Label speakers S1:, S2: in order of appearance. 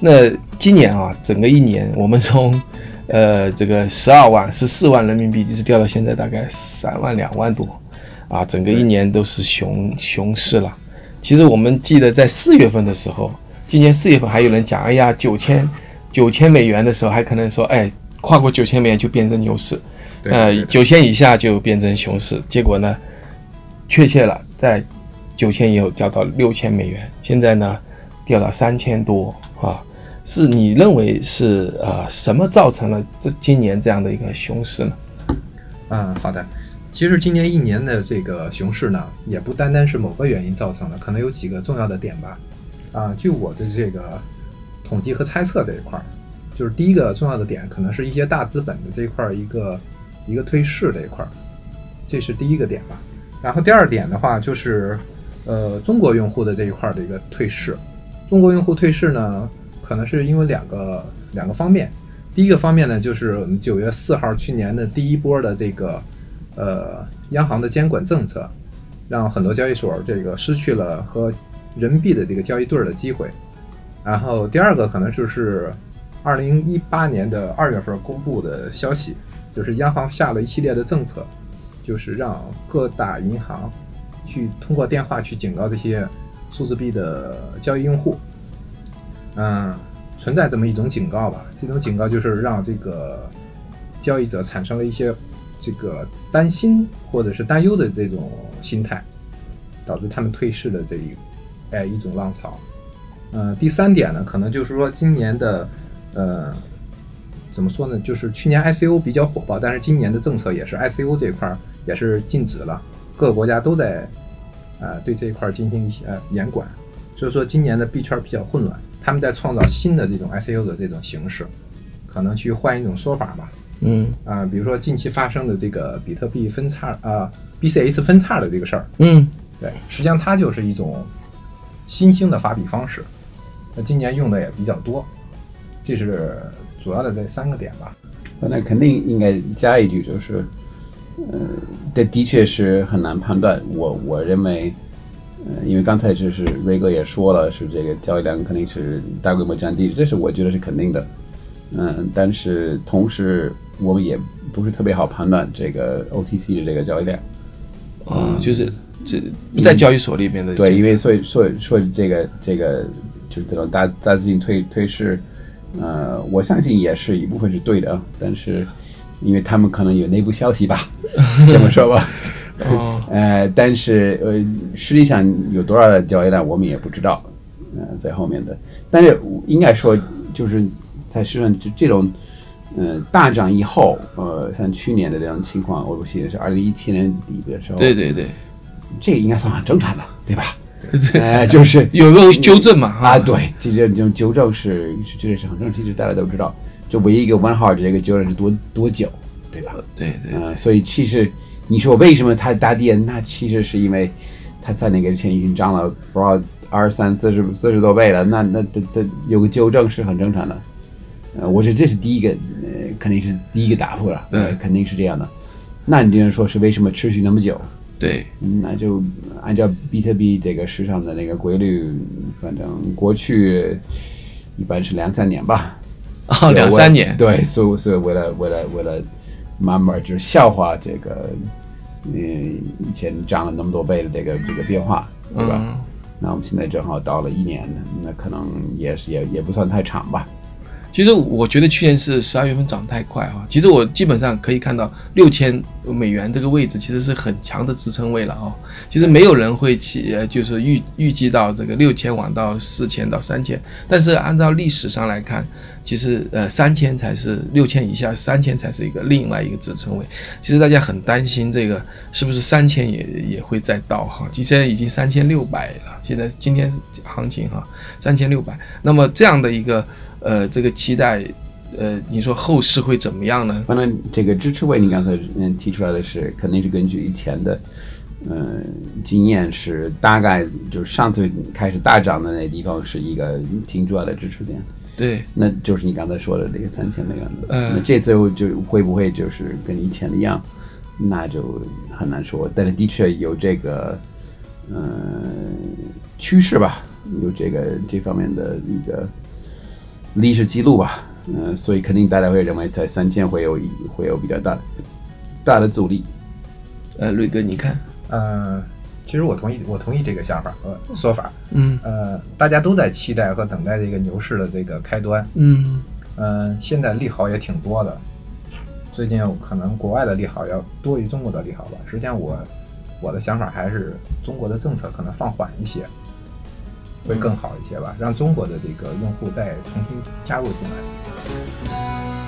S1: 那今年啊，整个一年我们从这个12万、14万人民币一直掉到现在大概3万、2万多啊，整个一年都是熊市了。其实我们记得在4月份的时候，今年4月份还有人讲，哎呀，9000美元的时候还可能说，哎，跨过9000美元就变成牛市，9000以下就变成熊市。结果呢，确切了，在9000以后掉到6000美元，现在呢掉到3000多啊。是你认为是什么造成了今年这样的一个熊市呢？
S2: 好的。其实今年一年的这个熊市呢，也不单单是某个原因造成的，可能有几个重要的点吧。据我的这个统计和猜测这一块，就是第一个重要的点，可能是一些大资本的这一块一个退市这一块，这是第一个点吧。然后第二点的话，就是中国用户的这一块的一个退市。中国用户退市呢，可能是因为两个方面。第一个方面呢，就是我们9月4号去年的第一波的这个央行的监管政策，让很多交易所这个失去了和人民币的这个交易对的机会。然后第二个可能就是2018年的2月份公布的消息，就是央行下了一系列的政策，就是让各大银行去通过电话去警告这些数字币的交易用户，存在这么一种警告吧。这种警告就是让这个交易者产生了一些这个担心或者是担忧的这种心态，导致他们退市的这一种浪潮。第三点呢，可能就是说今年的怎么说呢，就是去年 ICO 比较火爆，但是今年的政策也是 ICO 这一块也是禁止了，各个国家都在对这一块进行一些严管，所以说今年的币圈比较混乱，他们在创造新的这种 ICO 的这种形式，可能去换一种说法吧。比如说近期发生的这个比特币分叉BCH 分叉的这个事儿，对，实际上它就是一种新兴的发币方式，那今年用的也比较多，这是主要的这3个点吧。
S3: 那肯定应该加一句，就是这的确是很难判断。我认为，因为刚才就是瑞哥也说了，是这个交易量肯定是大规模降低，这是我觉得是肯定的。但是同时我们也不是特别好判断这个 OTC 的这个交易量。
S1: 就是在交易所里面的、
S3: 对，因为所以说这个就是这种大资金退市，我相信也是一部分是对的，但是因为他们可能有内部消息吧，这么说吧。但是实际上有多少的交易量我们也不知道，在后面的。但是应该说就是在市场这种大涨以后，像去年的这种情况，我记得是2017年底的时候。
S1: 对，
S3: 这个应该算很正常的，对吧？就是
S1: 有个纠正嘛。
S3: 对，这种纠正是很正常，其实大家都知道。就唯一一个问号，这个纠正是多久，对吧？
S1: 对。
S3: 所以其实你说为什么它大跌，那其实是因为它在那个之前已经涨了不知道20、30、40多倍了，那它有个纠正是很正常的。我觉得这是第一个，肯定是第一个打破了，
S1: 对，
S3: 肯定是这样的。那你这样说是为什么持续那么久？
S1: 对，
S3: 那就按照比特币这个市场的那个规律，反正过去一般是2-3年吧。
S1: 2-3年。
S3: 对，所以为了慢慢就是消化这个，以前涨了那么多倍的这个变化，对吧？那我们现在正好到了1年，那可能也不算太长吧。
S1: 其实我觉得去年是12月份涨太快哈，其实我基本上可以看到6000美元这个位置其实是很强的支撑位了哦。其实没有人会就是预计到这个6000往到4000到3000，但是按照历史上来看，其实3000才是6000以下，3000才是另外一个支撑位。其实大家很担心这个是不是3000也会再到哈，现在已经3600了，现在今天行情哈3600，那么这样的一个这个期待，你说后市会怎么样呢？
S3: 反正这个支持位你刚才提出来的是肯定是根据以前的经验，是大概就是上次开始大涨的那地方是一个挺主要的支持点。
S1: 对，
S3: 那就是你刚才说的这个3000美元的。那这次就会不会就是跟以前一样，那就很难说。但是的确有这个趋势吧，有这方面的一个历史记录吧，所以肯定大家会认为在3000会有比较大的阻力。
S1: 瑞哥你看？
S2: 其实我同意这个想法和说法。大家都在期待和等待这个牛市的这个开端。现在利好也挺多的，最近可能国外的利好要多于中国的利好吧。实际上我的想法还是中国的政策可能放缓一些，会更好一些吧，让中国的这个用户再重新加入进来。